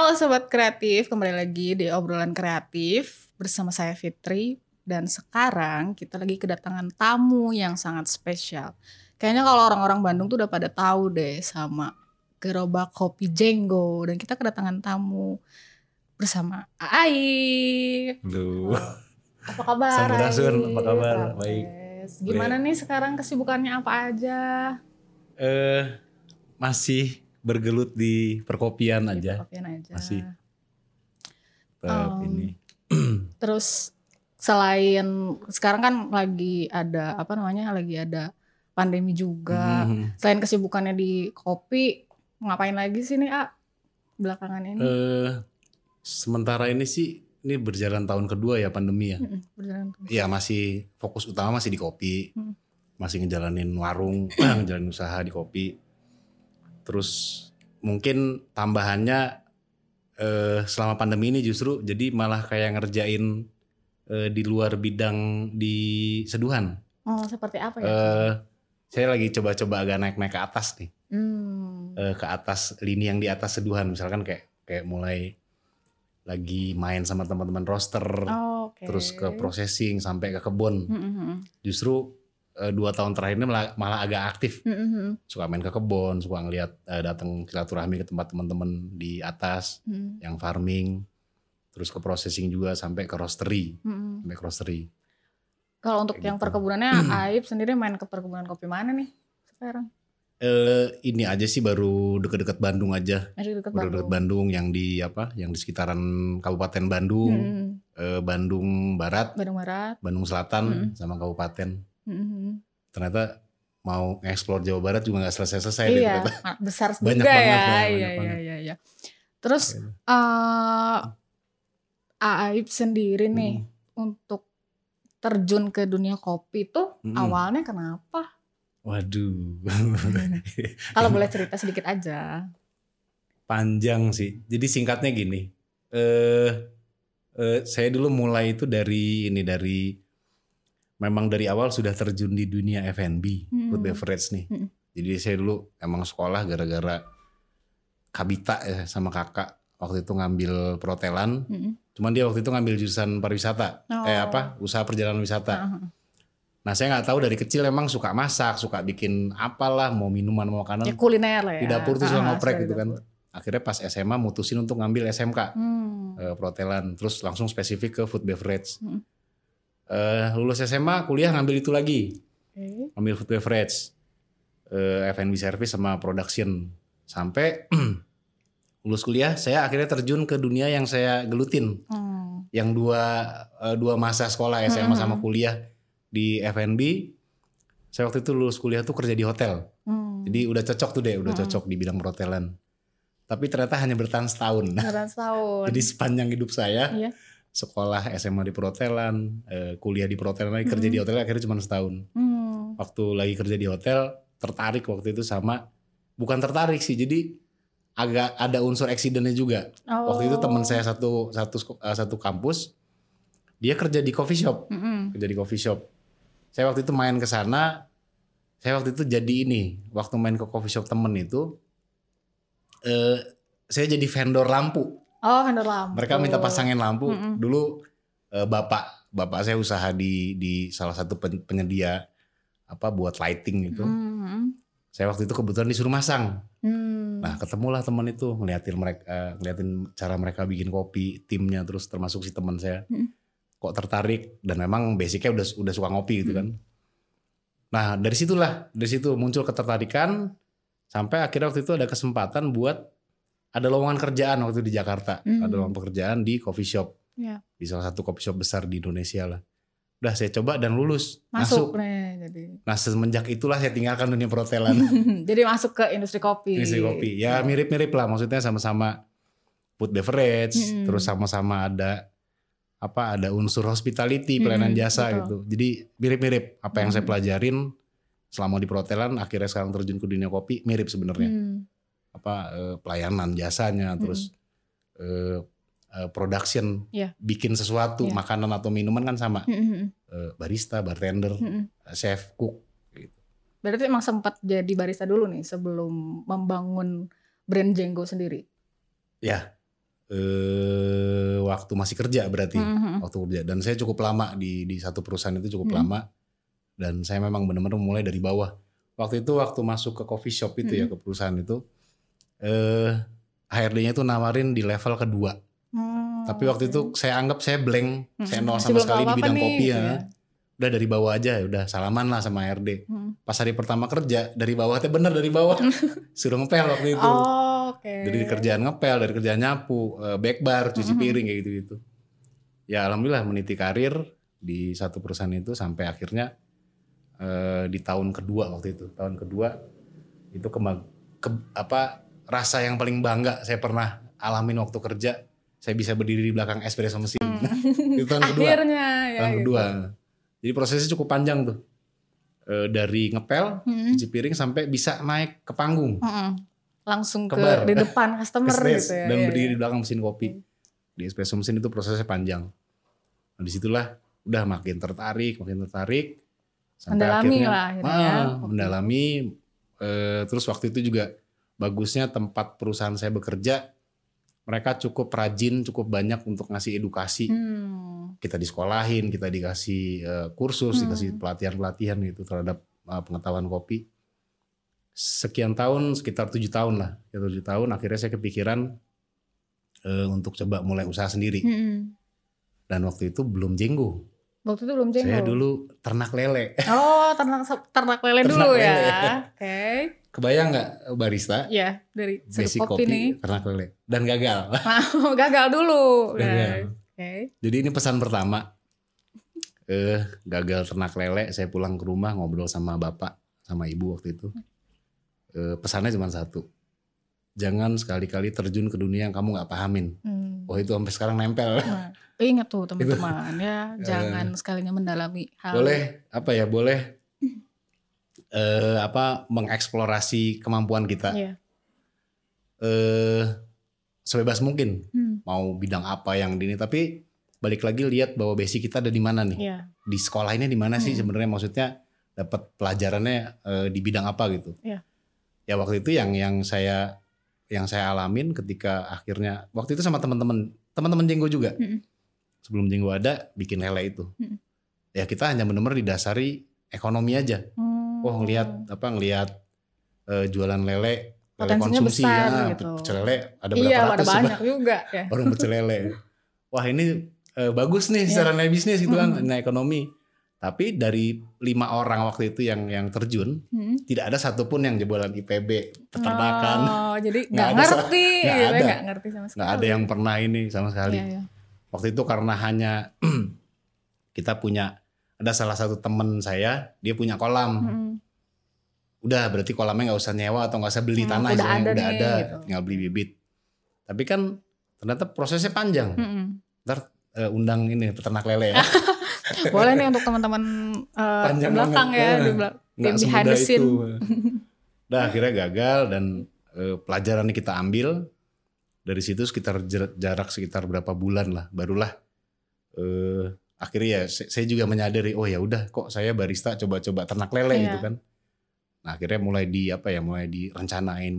Halo Sobat Kreatif, kembali lagi di obrolan kreatif bersama saya Fitri. Dan sekarang kita lagi kedatangan tamu yang sangat spesial. Kayaknya kalau orang-orang Bandung tuh udah pada tahu deh sama Gerobak Kopi Jenggo. Dan kita kedatangan tamu bersama Aib. Halo. Apa kabar? Sampurasun, apa kabar? Rapes. Baik. Gimana nih sekarang kesibukannya apa aja? Masih bergelut di perkopian aja. Perkopian aja. Masih. Ini. Terus selain sekarang kan lagi ada lagi ada pandemi juga. Selain kesibukannya di kopi, ngapain lagi sih nih belakangan ini? Sementara ini sih ini berjalan tahun kedua ya pandemi ya. Berjalan. Iya masih fokus utama masih di kopi. Masih ngejalanin warung, ngejalanin usaha di kopi. Terus mungkin tambahannya selama pandemi ini justru jadi malah kayak ngerjain di luar bidang di seduhan. Oh, seperti apa ya? Saya lagi coba-coba agak naik-naik ke atas nih. Ke atas lini yang di atas seduhan. Misalkan kayak mulai lagi main sama teman-teman roaster. Terus ke processing sampai ke kebun. Justru 2 tahun terakhir ini malah agak aktif. Suka main ke kebun, suka ngeliat datang silaturahmi ke tempat teman-teman di atas yang farming. Terus ke processing juga sampai ke roastery. Sampai ke roastery. Kalau untuk yang perkebunannya, Aib sendiri main ke perkebunan kopi mana nih sekarang? Ini aja sih baru deket-deket Bandung aja. Deket-deket Bandung yang di yang di sekitaran Kabupaten Bandung, Bandung Barat, Bandung Selatan, sama Kabupaten. Ternyata mau nge-explore Jawa Barat juga nggak selesai-selesai. Iya, besar banyak juga banget, ya. Iya. Terus Aib sendiri nih untuk terjun ke dunia kopi tuh awalnya kenapa? Waduh. Kalau boleh cerita sedikit aja. Panjang sih. Jadi singkatnya gini. Saya dulu mulai itu memang dari awal sudah terjun di dunia F&B, food beverage nih. Jadi saya dulu emang sekolah gara-gara Kabita ya sama kakak. Waktu itu ngambil perhotelan. Cuman dia waktu itu ngambil jurusan pariwisata. Usaha perjalanan wisata. Nah saya gak tahu dari kecil emang suka masak, suka bikin apalah, mau minuman, mau makanan. Ya kuliner lah ya. Di dapur tuh suka ngoprek gitu kan. Akhirnya pas SMA mutusin untuk ngambil SMK. Perhotelan. Terus langsung spesifik ke food beverage. Lulus SMA kuliah ngambil itu lagi. Ngambil food beverage. F&B service sama production. Sampai lulus kuliah saya akhirnya terjun ke dunia yang saya gelutin. Yang dua masa sekolah SMA sama kuliah di F&B. Saya waktu itu lulus kuliah tuh kerja di hotel. Jadi udah cocok tuh udah cocok di bidang perhotelan. Tapi ternyata hanya bertahan setahun. Jadi sepanjang hidup saya sekolah SMA di perhotelan, kuliah di perhotelan, kerja di hotel akhirnya cuma setahun. Waktu lagi kerja di hotel tertarik waktu itu bukan tertarik sih, jadi agak ada unsur accidentnya juga. Waktu itu teman saya satu kampus, dia kerja di coffee shop, Saya waktu itu main ke sana, saya waktu itu waktu main ke coffee shop temen itu, saya jadi vendor lampu. Vendor lampu. Mereka minta pasangin lampu. Dulu bapak saya usaha di salah satu penyedia buat lighting gitu. Saya waktu itu kebetulan disuruh masang. Nah ketemulah teman itu, ngeliatin cara mereka bikin kopi, timnya, terus termasuk si teman saya. Kok tertarik, dan memang basicnya udah suka ngopi gitu kan. Nah dari situ muncul ketertarikan, sampai akhirnya waktu itu ada kesempatan buat ada lowongan kerjaan waktu di Jakarta. Ada lowongan pekerjaan di coffee shop. Di salah satu coffee shop besar di Indonesia lah. Udah saya coba dan lulus. Masuk. Nah semenjak itulah saya tinggalkan dunia perhotelan. Jadi masuk ke industri kopi. Ya mirip-mirip lah, maksudnya sama-sama food beverage. Terus sama-sama ada unsur hospitality, pelayanan jasa gitu. Jadi mirip-mirip apa yang saya pelajarin selama di perhotelan, akhirnya sekarang terjun ke dunia kopi, mirip sebenarnya. Pelayanan jasanya, terus production, bikin sesuatu, makanan atau minuman kan sama. Barista, bartender, chef, cook gitu. Berarti emang sempat jadi barista dulu nih sebelum membangun brand Jenggo sendiri? Ya, waktu masih kerja berarti, waktu kerja. Dan saya cukup lama di satu perusahaan itu cukup lama. Dan saya memang benar-benar mulai dari bawah. Waktu itu waktu masuk ke coffee shop itu ya, ke perusahaan itu, HRD-nya itu nawarin di level kedua. Tapi waktu itu saya anggap saya blank, saya nol sama sekali di bidang kopi ya. Udah dari bawah aja, udah salaman lah sama HRD. Pas hari pertama kerja dari bawah, bener dari bawah, suruh ngepel waktu itu. Dari kerjaan ngepel, dari kerjaan nyapu, backbar, cuci piring kayak gitu-gitu. Ya alhamdulillah meniti karir di satu perusahaan itu sampai akhirnya di tahun kedua waktu itu. Tahun kedua itu rasa yang paling bangga saya pernah alamin waktu kerja. Saya bisa berdiri di belakang espresso mesin. Itu tahun kedua. Akhirnya ya. Tahun kedua. Jadi prosesnya cukup panjang tuh. Dari ngepel, cuci piring sampai bisa naik ke panggung. Langsung ke bar, di depan customer gitu ya. Dan berdiri di belakang mesin kopi. Di espresso mesin itu prosesnya panjang. Nah, disitulah udah makin tertarik. Sampai mendalami akhirnya mendalami. Terus waktu itu juga bagusnya tempat perusahaan saya bekerja, mereka cukup rajin, cukup banyak untuk ngasih edukasi. Kita disekolahin, kita dikasih kursus, dikasih pelatihan-pelatihan gitu terhadap pengetahuan kopi. Sekian tahun, sekitar 7 tahun lah. 7 tahun akhirnya saya kepikiran untuk coba mulai usaha sendiri. Dan waktu itu belum jenggo. Waktu itu belum jenggo. Saya dulu ternak lele. Oh, ternak lele dulu ya. Oke. Kebayang nggak barista? Iya, dari basic kopi nih. Ternak lele. Dan gagal. Gagal dulu. Gagal. Jadi ini pesan pertama. Gagal ternak lele, saya pulang ke rumah ngobrol sama bapak, sama ibu waktu itu. Pesannya cuma satu. Jangan sekali-kali terjun ke dunia yang kamu nggak pahamin. Oh itu sampai sekarang nempel. Ingat tuh teman-teman ya, jangan sekalinya mendalami hal. Boleh mengeksplorasi kemampuan kita. Sebebas mungkin. Mau bidang apa yang ini, tapi balik lagi lihat bahwa basic kita ada di mana nih. Di sekolah ini di mana sih sebenarnya, maksudnya dapat pelajarannya di bidang apa gitu. Ya waktu itu yang saya alamin ketika akhirnya waktu itu sama teman-teman jenggo juga. Sebelum jenggo ada bikin lele itu. Ya kita hanya benar-benar didasari ekonomi aja. Ngelihat jualan lele konsumsi ya, gitu. Pecel lele ada berapa ratus. Iya, banyak juga ya. Orang pecel lele. Wah, ini bagus nih secara nilai bisnis gitu kan, nilai ekonomi. Tapi dari 5 orang waktu itu yang terjun, tidak ada satupun yang jebolan IPB, peternakan. Oh, jadi nggak ngerti sama sekali. Nggak ada yang pernah ini sama sekali. Waktu itu karena hanya kita ada salah satu teman saya, dia punya kolam. Udah berarti kolamnya nggak usah nyewa atau nggak usah beli tanah, udah ada gitu. Tinggal beli bibit. Tapi kan ternyata prosesnya panjang. Ntar undang ini peternak lele ya. Boleh nih untuk teman-teman belakang ya, di behind the scene. Nah akhirnya gagal dan pelajaran yang kita ambil dari situ sekitar jarak sekitar berapa bulan lah, barulah akhirnya ya saya juga menyadari, oh ya udah kok saya barista coba-coba ternak lele gitu kan. Nah akhirnya mulai direncanain,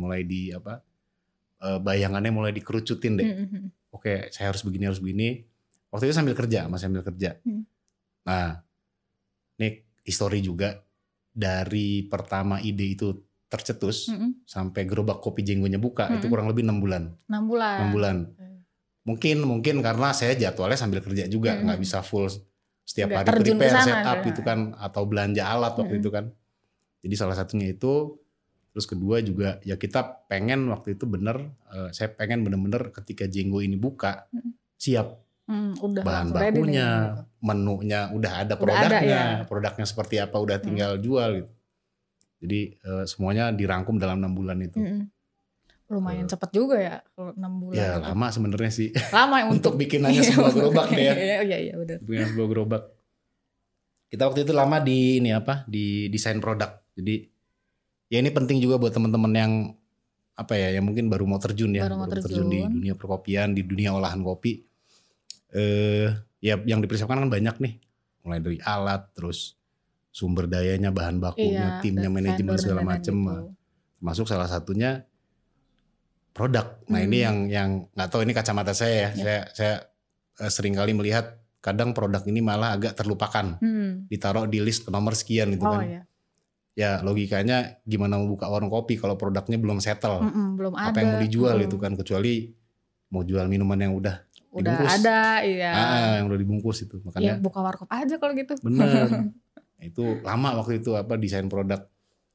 bayangannya mulai dikerucutin deh. Oke, saya harus begini. Waktu itu masih sambil kerja. Nah, ini history juga dari pertama ide itu tercetus sampai gerobak kopi jenggonya buka itu kurang lebih 6 bulan. 6 bulan. Mungkin karena saya jadwalnya sambil kerja juga, nggak bisa full setiap hari prepare setup itu kan atau belanja alat waktu itu kan. Jadi salah satunya itu. Terus kedua juga ya kita pengen waktu itu saya pengen bener-bener ketika Jenggo ini buka siap. Bahan bakunya, menunya udah ada produknya, produknya seperti apa udah tinggal jual gitu. Jadi semuanya dirangkum dalam 6 bulan itu. Lumayan cepat juga ya kalau 6 bulan. Ya gitu. Lama sebenarnya sih. Lama untuk bikinannya sebuah gerobak deh ya. Iya benar. Bikin sebuah gerobak. Kita waktu itu lama di desain produk. Jadi ya ini penting juga buat teman-teman yang yang mungkin baru mau terjun ya, baru terjun di dunia perkopian, di dunia olahan kopi. Ya yang dipersiapkan kan banyak nih, mulai dari alat, terus sumber dayanya, bahan bakunya, timnya, manajemen segala macam. Termasuk salah satunya produk. Nah ini yang nggak tahu, ini kacamata saya ya. Saya sering kali melihat kadang produk ini malah agak terlupakan, ditaruh di list nomor sekian gitu kan. Iya. Ya logikanya gimana mau buka warung kopi kalau produknya belum settle, belum apa ada. yang mau dijual itu kan, kecuali mau jual minuman yang udah dibungkus. Ada, iya. Yang udah dibungkus itu, makanya. Ya buka warkop aja kalau gitu. Bener. Itu lama waktu itu desain produk.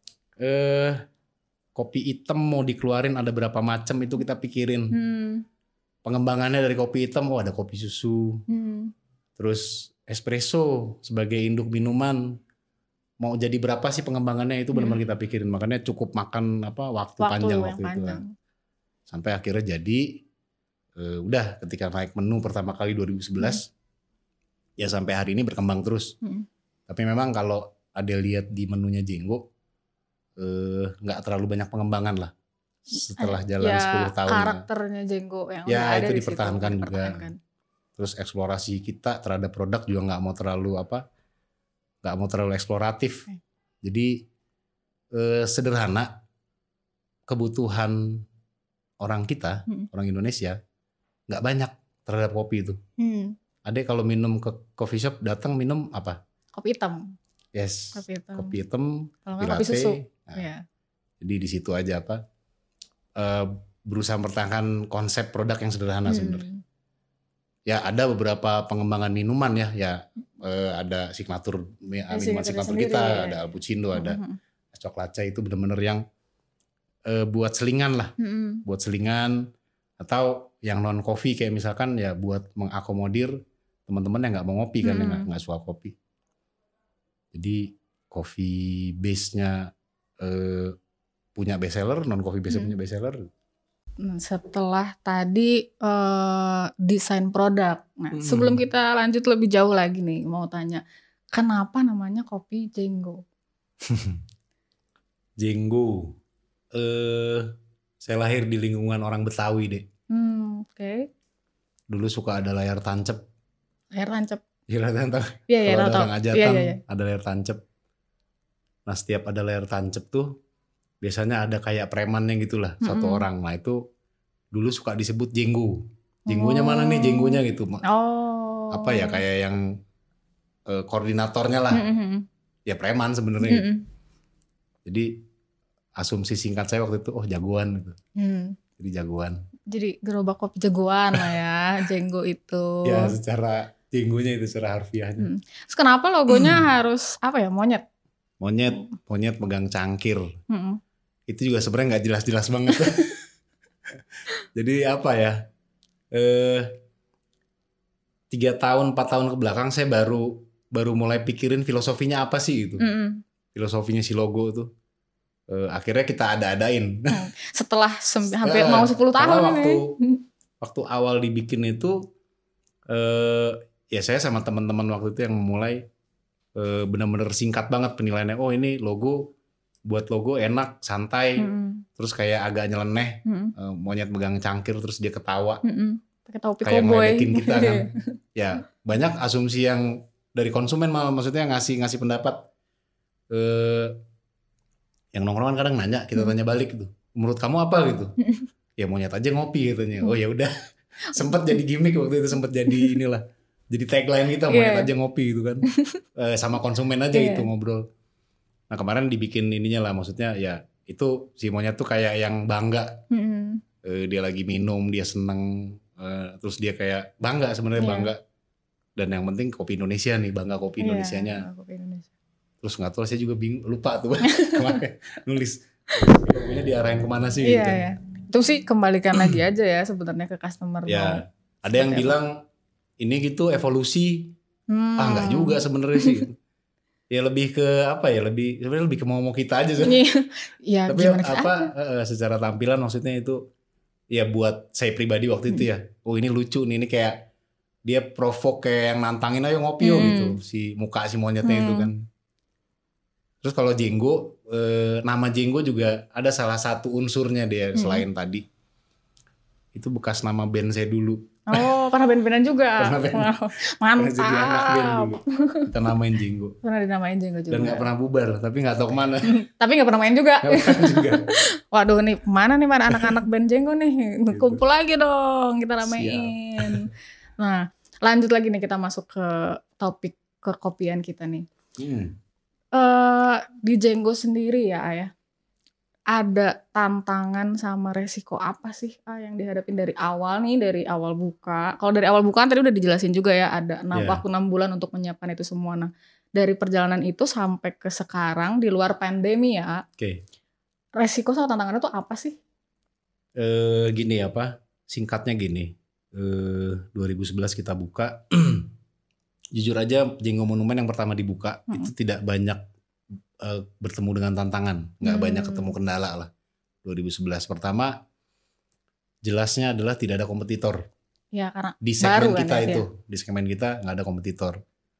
Kopi hitam mau dikeluarin ada berapa macam itu kita pikirin. Pengembangannya dari kopi hitam, ada kopi susu. Terus espresso sebagai induk minuman. Mau jadi berapa sih pengembangannya itu benar-benar kita pikirin. Makanya cukup makan waktu panjang waktu itu kan. Sampai akhirnya jadi udah ketika naik menu pertama kali 2011 ya sampai hari ini berkembang terus. Tapi memang kalau ada lihat di menunya Jenggo nggak terlalu banyak pengembangan lah setelah jalan 10 tahun. Karakternya Jenggo yang udah ada itu di dipertahankan situ, juga. Terus eksplorasi kita terhadap produk juga nggak mau terlalu eksploratif. Jadi sederhana, kebutuhan orang kita, orang Indonesia nggak banyak terhadap kopi itu. Ada kalau minum ke coffee shop datang minum apa? Kopi hitam. Yes. Kopi hitam. Kalau nggak kopi susu. Jadi di situ aja berusaha mempertahankan konsep produk yang sederhana sebenarnya. Ya ada beberapa pengembangan minuman ya ada signatur minuman signatur kita, ada Alpucindo, ada Coklatca, itu benar-benar yang buat selingan lah, buat selingan, atau yang non kopi kayak misalkan ya buat mengakomodir teman-teman yang nggak mau ngopi kan, yang nggak suka kopi. Jadi coffee base-nya punya bestseller, non coffee base-nya punya bestseller. Setelah tadi desain produk, nah sebelum kita lanjut lebih jauh lagi nih, mau tanya kenapa namanya kopi Jenggo? Jenggo, saya lahir di lingkungan orang Betawi deh. Oke. Dulu suka ada layar tancep. Layar tancep. Iya, kalau ada orang hajatan ada layar tancep. Nah setiap ada layar tancep tuh biasanya ada kayak premannya gitulah, satu orang. Nah itu dulu suka disebut Jenggo. Jenggonya mana nih Jenggonya gitu. Apa ya kayak yang koordinatornya lah. Ya preman sebenarnya gitu. Jadi asumsi singkat saya waktu itu jagoan gitu. Jadi jagoan. Jadi gerobak kopi jagoan lah ya Jenggo itu. Ya secara Jenggonya itu secara harfiahnya. Terus kenapa logonya harus monyet? Monyet megang cangkir. Itu juga sebenarnya nggak jelas-jelas banget. Jadi 3 tahun 4 tahun ke belakang saya baru mulai pikirin filosofinya apa sih gitu. Filosofinya si logo tuh. Akhirnya kita adain. Setelah hampir mau 10 tahun waktu awal dibikin itu ya saya sama teman-teman waktu itu yang memulai benar-benar singkat banget penilaiannya. Ini buat logo enak, santai, terus kayak agak nyeleneh, monyet megang cangkir terus dia ketawa, kayak ngeledekin kita kan. Ya banyak asumsi yang dari konsumen maksudnya ngasih pendapat. Yang nongkrongan kadang nanya, kita tanya balik gitu, menurut kamu apa gitu? Ya monyet aja ngopi katanya. Ya udah, sempat jadi gimmick waktu itu, sempat jadi inilah, jadi tagline kita monyet aja ngopi gitu kan, sama konsumen aja gitu ngobrol. Nah kemarin dibikin ininya lah, maksudnya ya itu si monyet tuh kayak yang bangga, dia lagi minum, dia seneng, terus dia kayak bangga sebenarnya bangga. Dan yang penting kopi Indonesia nih, bangga kopi Indonesianya. Kopi Indonesia. Terus nggak tahu, saya juga lupa tuh kemarin nulis logonya diarahin kemana sih gitu. Iya. Itu sih kembalikan lagi aja ya sebenarnya ke customer. Ya ada yang bilang ini gitu evolusi, nggak juga sebenarnya sih. Ya lebih ke sebenarnya lebih ke mau kita aja sih. Ya, tapi secara tampilan maksudnya itu ya buat saya pribadi waktu itu ya, ini lucu nih, ini kayak dia provoke kayak yang nantangin ayo ngopi gitu, si muka si monyetnya itu kan. Terus kalau Jenggo, nama Jenggo juga ada salah satu unsurnya dia selain tadi. Itu bekas nama band saya dulu. Oh, pernah band-bandan juga. Pernah band. Wow, Pernah jadi anak band mantap. dulu. Kita namain Jenggo. Pernah dinamain Jenggo juga. Dan gak pernah bubar, tapi gak tahu kemana. Tapi gak pernah main juga. Gak pernah juga. Waduh nih, mana nih mana anak-anak band Jenggo nih. Kumpul lagi dong, kita ramein. Nah, lanjut lagi nih, kita masuk ke topik kekopian kita nih. Di Jenggo sendiri ya, ada tantangan sama resiko apa sih yang dihadapin dari awal nih, dari awal buka? Kalau dari awal buka tadi udah dijelasin juga ya, ada waktu 6 bulan untuk menyiapkan itu semua. Nah, dari perjalanan itu sampai ke sekarang di luar pandemi ya, resiko sama tantangannya tuh apa sih? Gini singkatnya gini, 2011 kita buka, jujur aja Jenggo Monumen yang pertama dibuka itu tidak banyak bertemu dengan tantangan, nggak banyak ketemu kendala lah. 2011 pertama jelasnya adalah tidak ada kompetitor. Ya, karena di segmen baru kita kan, itu, di segmen kita nggak ada kompetitor.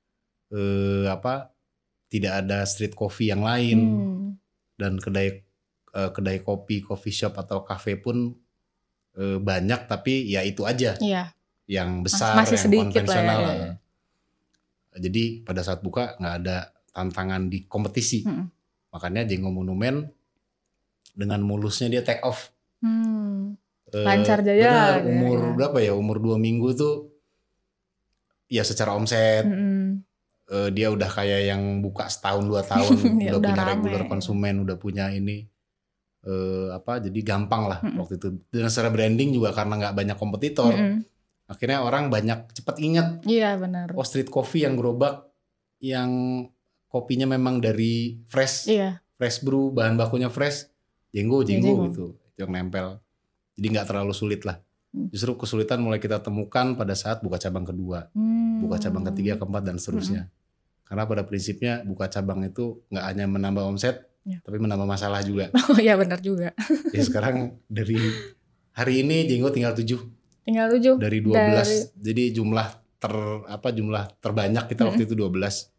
Tidak ada street coffee yang lain, dan kedai kopi, coffee shop atau cafe pun banyak, tapi ya itu aja. Iya. Yang besar, masih yang sedikit konvensional lah. lah. Jadi pada saat buka nggak ada tantangan di kompetisi. Makanya Jenggo Monumen dengan mulusnya dia take off. Lancar jaya. Benar, berapa ya? Umur 2 minggu tuh ya secara omset dia udah kayak yang buka setahun 2 tahun udah punya regular konsumen, udah punya ini jadi gampang lah waktu itu. Dan secara branding juga karena nggak banyak kompetitor, akhirnya orang banyak cepat ingat. Iya benar. Oh, street coffee yang gerobak yang kopinya memang dari fresh, fresh brew, bahan bakunya fresh, Jenggo gitu, itu yang nempel. Jadi nggak terlalu sulit lah. Justru kesulitan mulai kita temukan pada saat buka cabang kedua, buka cabang ketiga, keempat dan seterusnya. Karena pada prinsipnya buka cabang itu nggak hanya menambah omset, tapi menambah masalah juga. Oh iya benar juga. Ya sekarang dari hari ini Jenggo tinggal 7. Tinggal 7. Dari 12. Jadi jumlah terbanyak kita waktu itu 12.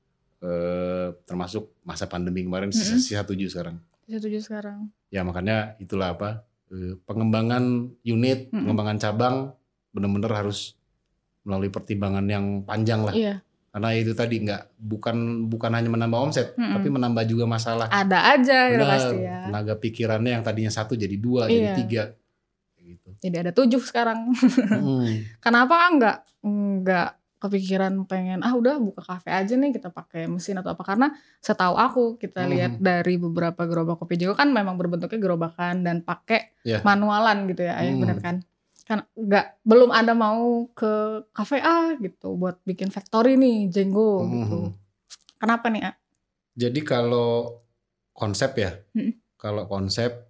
Termasuk masa pandemi kemarin sisa 7 sekarang. Sisa 7 sekarang. Ya makanya itulah pengembangan unit, pengembangan cabang benar-benar harus melalui pertimbangan yang panjang lah. Iya. Karena itu tadi bukan hanya menambah omset, tapi menambah juga masalah. Ada aja ya pasti ya. Tenaga pikirannya yang tadinya 1 jadi 2, jadi 3. Gitu. Jadi ada 7 sekarang. Kenapa enggak kepikiran pengen udah buka kafe aja nih, kita pakai mesin atau apa? Karena setahu aku kita lihat dari beberapa gerobak kopi juga kan memang berbentuknya gerobakan dan pakai manualan gitu ya, benar kan? Kan belum ada mau ke kafe gitu buat bikin factory nih Jenggo gitu. Kenapa nih? Jadi kalau konsep kalau konsep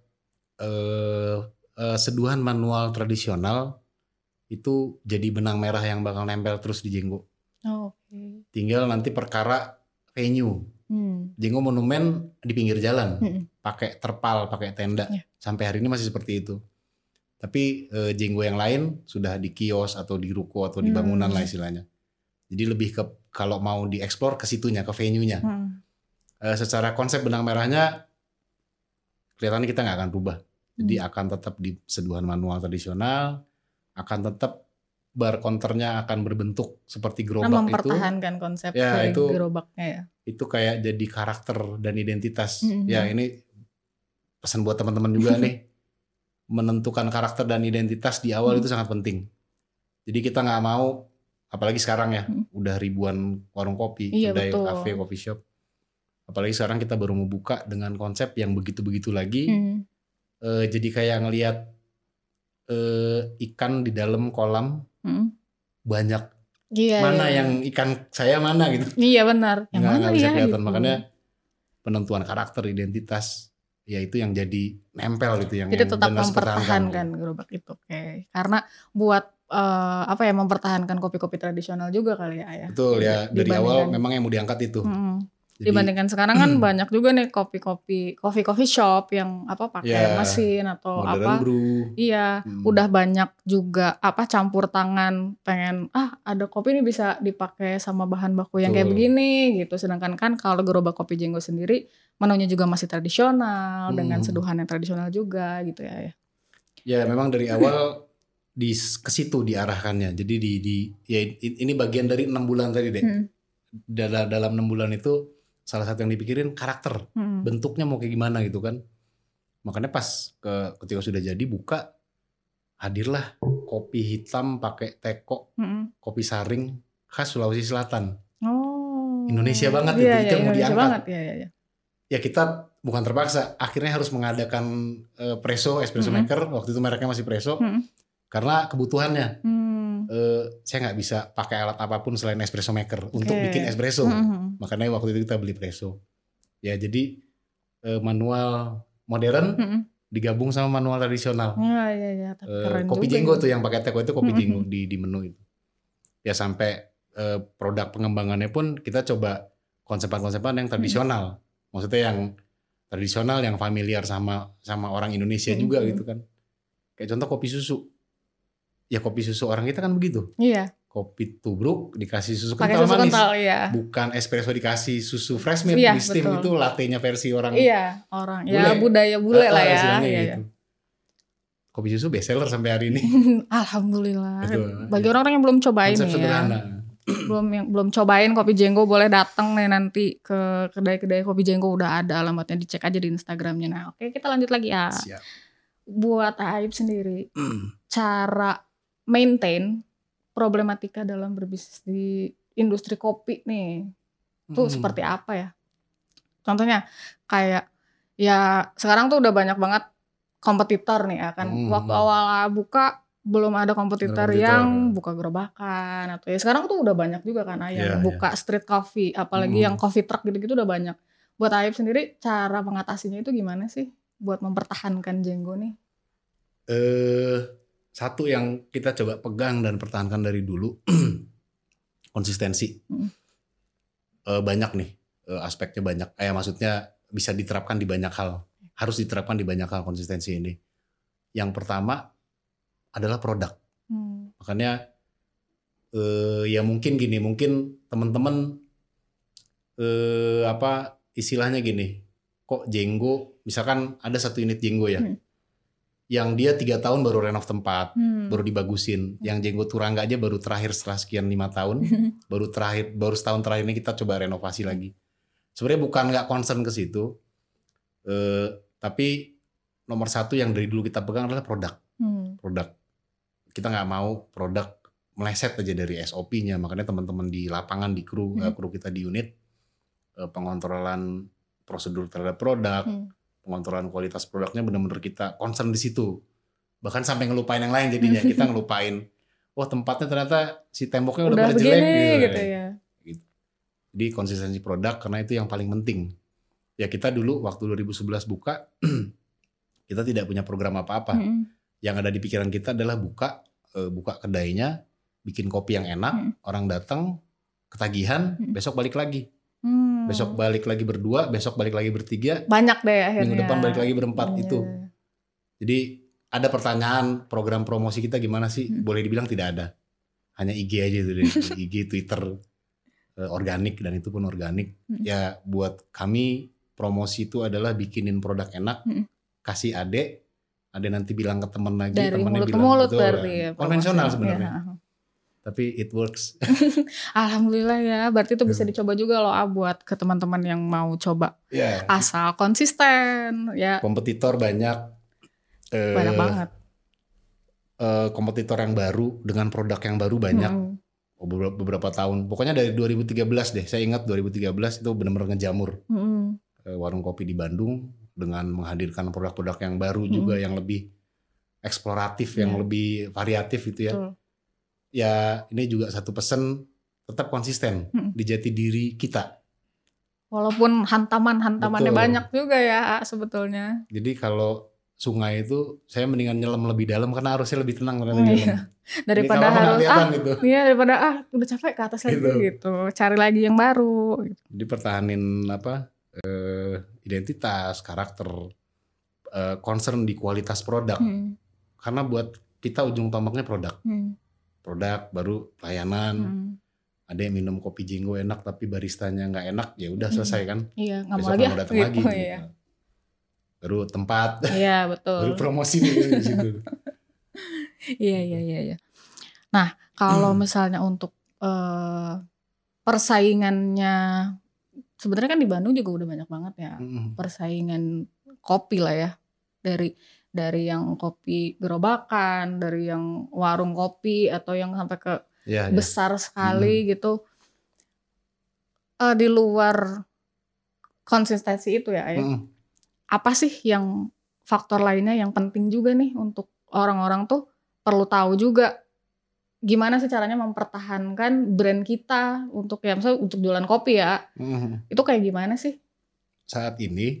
seduhan manual tradisional itu jadi benang merah yang bakal nempel terus di Jenggo. Oke. Tinggal nanti perkara venue. Jenggo Monumen di pinggir jalan, pakai terpal, pakai tenda. Sampai hari ini masih seperti itu. Tapi Jenggo yang lain sudah di kios atau di ruko atau di bangunan lah istilahnya. Jadi lebih ke kalau mau dieksplor ke situnya, ke venue-nya. Secara konsep benang merahnya kelihatannya kita nggak akan berubah. Jadi akan tetap di seduhan manual tradisional, akan tetap bar counternya akan berbentuk seperti gerobak itu. Mempertahankan konsep dari gerobaknya ya. Itu kayak jadi karakter dan identitas. Ya ini pesan buat teman-teman juga nih. Menentukan karakter dan identitas di awal itu sangat penting. Jadi kita nggak mau, apalagi sekarang ya, udah ribuan warung kopi, kedai kafe, coffee shop. Apalagi sekarang kita baru mau buka dengan konsep yang begitu-begitu lagi. Jadi kayak ngelihat ikan di dalam kolam banyak. Mana yang ikan saya mana gitu. Iya benar. Yang mana bisa kelihatan. Gitu. Makanya penentuan karakter, identitas, ya itu yang jadi nempel gitu. Jadi tetap mempertahankan gerobak itu. Oke. Karena buat mempertahankan kopi-kopi tradisional juga kali ya. Betul ya. Dari awal memang yang mau diangkat itu. Jadi, dibandingkan sekarang kan banyak juga nih coffee shop yang pakai mesin atau brew. Iya, udah banyak juga campur tangan, pengen ada kopi ini bisa dipakai sama bahan baku yang kayak begini gitu. Sedangkan kan kalau gerobak kopi Jenggo sendiri menunya juga masih tradisional dengan seduhan yang tradisional juga gitu ya. Ya memang dari awal ke situ diarahkannya. Jadi ya ini bagian dari 6 bulan tadi deh. Dalam 6 bulan itu salah satu yang dipikirin karakter, bentuknya mau kayak gimana gitu kan. Makanya pas ketika sudah jadi buka, hadirlah kopi hitam pakai teko, kopi saring khas Sulawesi Selatan. Indonesia banget itu yang mau diangkat. Banget, ya kita bukan terpaksa, akhirnya harus mengadakan espresso maker. Waktu itu mereknya masih Presso. Karena kebutuhannya, saya nggak bisa pakai alat apapun selain espresso maker untuk bikin espresso. Makanya waktu itu kita beli Presso. Ya jadi manual modern digabung sama manual tradisional. Kopi Jenggo tuh yang pakai teko itu kopi Jenggo di menu itu. Ya sampai produk pengembangannya pun kita coba konsep-konsepan yang tradisional. Maksudnya yang tradisional, yang familiar sama orang Indonesia juga gitu kan. Kayak contoh kopi susu. Ya kopi susu orang kita kan begitu. Iya. Kopi tubruk dikasih susu kental manis. Iya. Bukan espresso dikasih susu fresh milk di steam, betul. Itu latte-nya versi orang. Iya, orang. Bule. Ya budaya bule lah ya. Iya. Gitu. Kopi susu bestseller sampai hari ini. Alhamdulillah. Betul. Bagi orang-orang yang belum cobain konsep sederhana. belum cobain kopi Jenggo boleh datang nih nanti ke kedai-kedai kopi Jenggo, udah ada alamatnya, dicek aja di Instagramnya. Nah, oke, kita lanjut lagi ya. Siap. Buat Aib sendiri, cara maintain problematika dalam berbisnis di industri kopi nih tuh seperti apa ya? Contohnya kayak ya sekarang tuh udah banyak banget kompetitor nih ya kan. Waktu awal buka belum ada kompetitor yang buka gerobakan atau ya sekarang tuh udah banyak juga kan yang buka street coffee, apalagi yang coffee truck gitu-gitu udah banyak. Buat Aib sendiri cara mengatasinya itu gimana sih buat mempertahankan Jenggo nih? Satu yang kita coba pegang dan pertahankan dari dulu konsistensi. Banyak nih aspeknya banyak. Maksudnya bisa diterapkan di banyak hal. Harus diterapkan di banyak hal konsistensi ini. Yang pertama adalah produk. Makanya ya mungkin gini, mungkin teman-teman istilahnya gini. Kok Jenggo, misalkan ada satu unit Jenggo ya. Yang dia 3 tahun baru renov tempat, baru dibagusin. Yang Jenggo Turangga aja baru terakhir setelah sekian 5 tahun, baru setahun terakhir ini kita coba renovasi lagi. Sebenarnya bukan nggak concern ke situ, tapi nomor satu yang dari dulu kita pegang adalah produk. Produk. Kita nggak mau produk meleset aja dari SOP-nya. Makanya teman-teman di lapangan, di kru kita di unit, pengontrolan prosedur terhadap produk, pengontrolan kualitas produknya benar-benar kita concern di situ. Bahkan sampai ngelupain yang lain jadinya. Kita ngelupain, tempatnya ternyata si temboknya udah pada jelek gitu ya. Gitu. Jadi konsistensi produk karena itu yang paling penting. Ya kita dulu waktu 2011 buka, kita tidak punya program apa-apa. Yang ada di pikiran kita adalah buka kedainya, bikin kopi yang enak, orang datang, ketagihan, besok balik lagi. Besok balik lagi berdua, besok balik lagi bertiga. Banyak deh akhirnya. Minggu depan balik lagi berempat itu. Jadi ada pertanyaan program promosi kita gimana sih? Boleh dibilang tidak ada. Hanya IG aja itu deh. IG, Twitter, organik dan itu pun organik. Ya buat kami promosi itu adalah bikinin produk enak, kasih ade nanti bilang ke temen lagi, dari temennya bilang mulut gitu. Ya, konvensional sebenarnya. Tapi it works. Alhamdulillah ya, berarti itu bisa dicoba juga loh buat ke teman-teman yang mau coba. Asal konsisten ya. Kompetitor banyak. Banyak banget. Kompetitor yang baru dengan produk yang baru banyak. Beberapa tahun. Pokoknya dari 2013 deh. Saya ingat 2013 itu benar-benar ngejamur. Warung kopi di Bandung dengan menghadirkan produk-produk yang baru juga yang lebih eksploratif, yang lebih variatif gitu ya. Ya ini juga satu pesan, tetap konsisten di jati diri kita. Walaupun hantamannya banyak juga ya sebetulnya. Jadi kalau sungai itu saya mendingan nyelam lebih dalam karena arusnya lebih tenang di dalam. Daripada harus gitu. Daripada udah capek ke atas lagi gitu. Cari lagi yang baru. Gitu. Jadi pertahanin identitas, karakter, concern di kualitas produk. Karena buat kita ujung tombaknya produk. Produk baru pelayanan. Ada yang minum kopi Jenggo enak tapi baristanya nggak enak, ya udah selesai kan. Iya, nggak mau besok lagi. Mau datang lagi. Iya. Baru tempat. Iya betul. Baru promosi di situ. Iya. Nah, kalau misalnya untuk persaingannya, sebenarnya kan di Bandung juga udah banyak banget ya persaingan kopi lah ya. Dari yang kopi gerobakan, dari yang warung kopi atau yang sampai ke besar sekali gitu. Di luar konsistensi itu ya, apa sih yang faktor lainnya yang penting juga nih untuk orang-orang tuh perlu tahu juga gimana sih caranya mempertahankan brand kita untuk ya misalnya untuk jualan kopi ya. Itu kayak gimana sih? Saat ini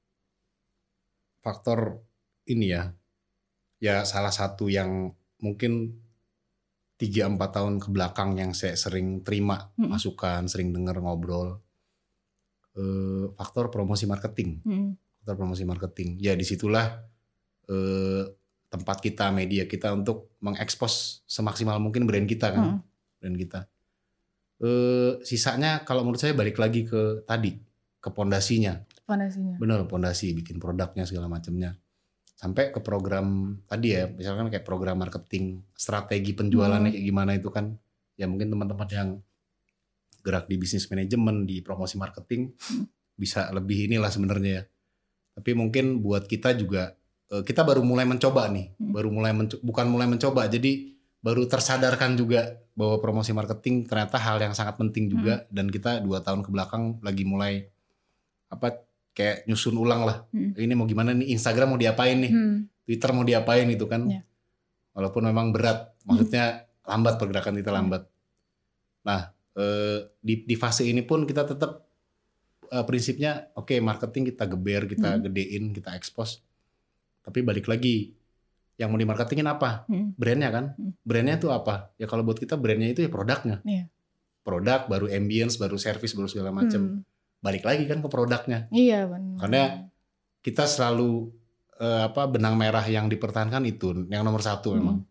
faktor ini ya salah satu yang mungkin 3-4 tahun ke belakang yang saya sering terima masukan, sering dengar ngobrol, faktor promosi marketing. Faktor promosi marketing. Ya disitulah tempat kita, media kita untuk mengekspos semaksimal mungkin brand kita kan. Brand kita. Sisanya kalau menurut saya balik lagi ke tadi, ke pondasinya. Bener, pondasi, bikin produknya segala macamnya. Sampai ke program tadi ya, misalkan kayak program marketing, strategi penjualannya kayak gimana itu kan. Ya mungkin teman-teman yang gerak di bisnis manajemen, di promosi marketing bisa lebih inilah sebenarnya ya. Tapi mungkin buat kita juga, kita baru mulai mencoba nih. Bukan mulai mencoba, jadi baru tersadarkan juga bahwa promosi marketing ternyata hal yang sangat penting juga. Dan kita 2 tahun ke belakang lagi mulai kayak nyusun ulang lah. Ini mau gimana nih, Instagram mau diapain nih, Twitter mau diapain itu kan. Walaupun memang berat, maksudnya lambat pergerakan kita lambat. Nah di fase ini pun kita tetap prinsipnya marketing kita geber, kita gedein, kita expose. Tapi balik lagi, yang mau dimarketingin apa? Brandnya kan. Brandnya itu apa? Ya kalau buat kita brandnya itu ya produknya. Produk, baru ambience, baru service, baru segala macam. Balik lagi kan ke produknya. Iya benar. Karena kita selalu benang merah yang dipertahankan itu yang nomor 1 memang.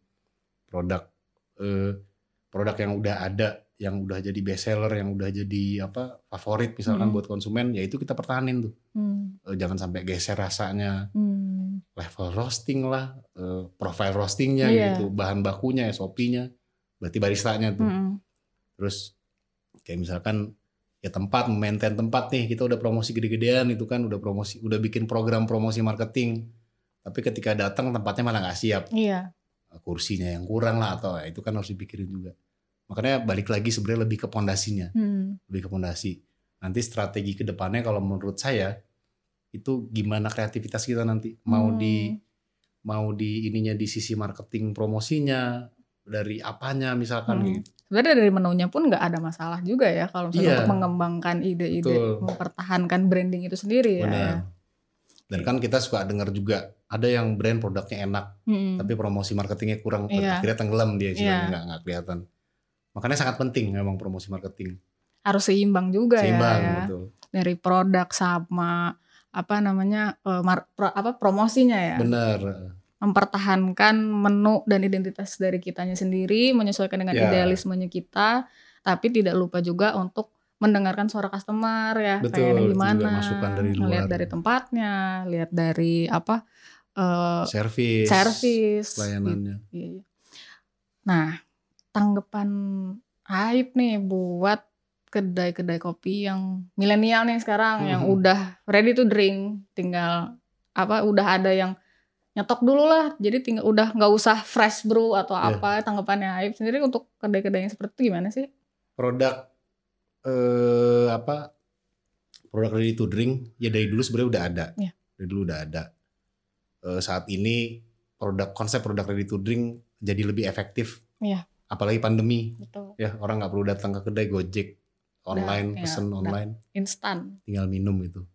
Produk yang udah ada, yang udah jadi best seller, yang udah jadi favorit misalkan buat konsumen, ya itu kita pertahanin tuh. Jangan sampai geser rasanya. Level roasting lah, profile roastingnya gitu, bahan bakunya, SOP-nya, berarti baristanya tuh. Terus kayak misalkan ya tempat, maintain tempat nih, kita udah promosi gede-gedean itu kan, udah bikin program promosi marketing, tapi ketika datang tempatnya malah nggak siap. Kursinya yang kurang lah, atau itu kan harus dipikirin juga. Makanya balik lagi sebenarnya lebih ke pondasinya, lebih ke pondasi. Nanti strategi ke depannya kalau menurut saya itu gimana kreativitas kita nanti mau di ininya di sisi marketing promosinya, dari apanya misalkan gitu. Sebenarnya dari menunya pun nggak ada masalah juga ya kalau misalnya untuk mengembangkan ide-ide, mempertahankan branding itu sendiri ya. Benar. Dan kan kita suka dengar juga ada yang brand produknya enak, tapi promosi marketingnya kurang, akhirnya tenggelam dia istilahnya, nggak kelihatan. Makanya sangat penting memang promosi marketing. Harus seimbang juga ya. Betul. Dari produk sama promosinya ya. Benar. Mempertahankan menu dan identitas dari kitanya sendiri, menyesuaikan dengan idealismenya kita, tapi tidak lupa juga untuk mendengarkan suara customer ya. Betul, kayak gimana, masukan dari luar. Lihat dari tempatnya, lihat dari service pelayanannya. Iya. Nah, tanggapan Aib nih buat kedai-kedai kopi yang milenial nih sekarang, yang udah ready to drink, tinggal udah ada yang nyetok dulu lah, jadi tinggal udah nggak usah fresh brew atau apa. Tanggapannya Aib sendiri untuk kedai-kedai yang seperti itu gimana sih? Produk produk ready to drink ya dari dulu sebenarnya udah ada. Dari dulu udah ada. Saat ini konsep produk ready to drink jadi lebih efektif. Apalagi pandemi. Betul. Ya, orang nggak perlu datang ke kedai, Gojek online, pesen online, instan, tinggal minum itu.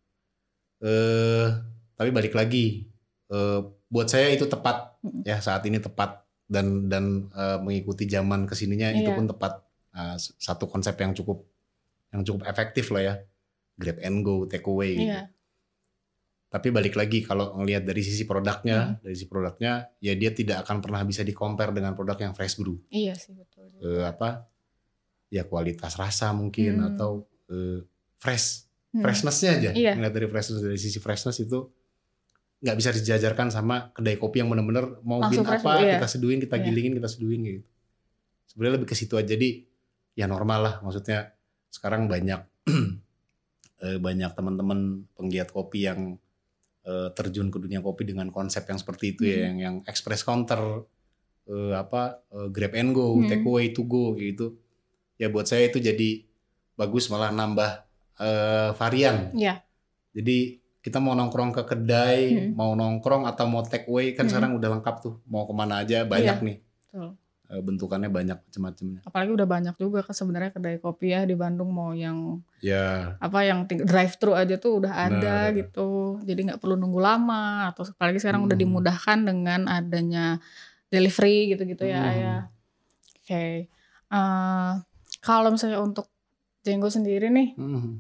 Tapi balik lagi, buat saya itu tepat ya, saat ini tepat dan mengikuti zaman kesininya itu pun tepat. Satu konsep yang cukup efektif lah ya, grab and go, take away gitu. Tapi balik lagi kalau ngelihat dari sisi produknya, ya dia tidak akan pernah bisa di-compare dengan produk yang fresh brew. Iya sih, betul. Ya kualitas rasa mungkin atau freshness-nya aja. Ngelihat dari freshness, dari sisi freshness itu nggak bisa dijajarkan sama kedai kopi yang benar-benar mau Langsung bin fresh, apa iya. kita seduhin, kita Iya. gilingin, kita seduhin gitu. Sebenarnya lebih ke situ aja. Jadi ya normal lah, maksudnya sekarang banyak banyak teman-teman penggiat kopi yang terjun ke dunia kopi dengan konsep yang seperti itu ya, yang express counter, grab and go, take away to go gitu. Ya buat saya itu jadi bagus, malah nambah varian. Iya. Jadi kita mau nongkrong ke kedai, mau nongkrong atau mau take away kan sekarang udah lengkap tuh. Mau kemana aja banyak nih. Betul. Bentukannya banyak macam-macamnya. Apalagi udah banyak juga sebenarnya kedai kopi ya di Bandung, mau yang Ya. yang drive thru aja tuh udah ada Benar. gitu. Jadi nggak perlu nunggu lama, atau apalagi sekarang udah dimudahkan dengan adanya delivery gitu-gitu ya. Oke. Kalau misalnya untuk Jenggo sendiri nih,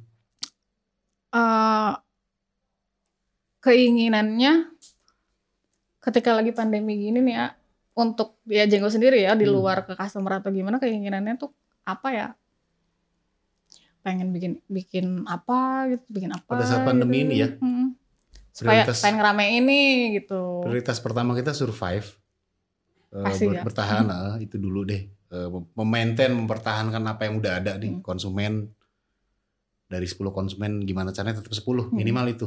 keinginannya ketika lagi pandemi gini nih ya, untuk ya Jenggo sendiri ya, di luar ke customer atau gimana, keinginannya tuh apa ya? Pengen bikin apa gitu, bikin apa pada saat pandemi gitu. Ini ya. Supaya pengen ngeramein ini gitu. Prioritas pertama kita survive. Ya. Bertahan itu dulu deh. Memaintain, mempertahankan apa yang udah ada nih. Konsumen dari 10 konsumen gimana caranya tetap 10 minimal itu.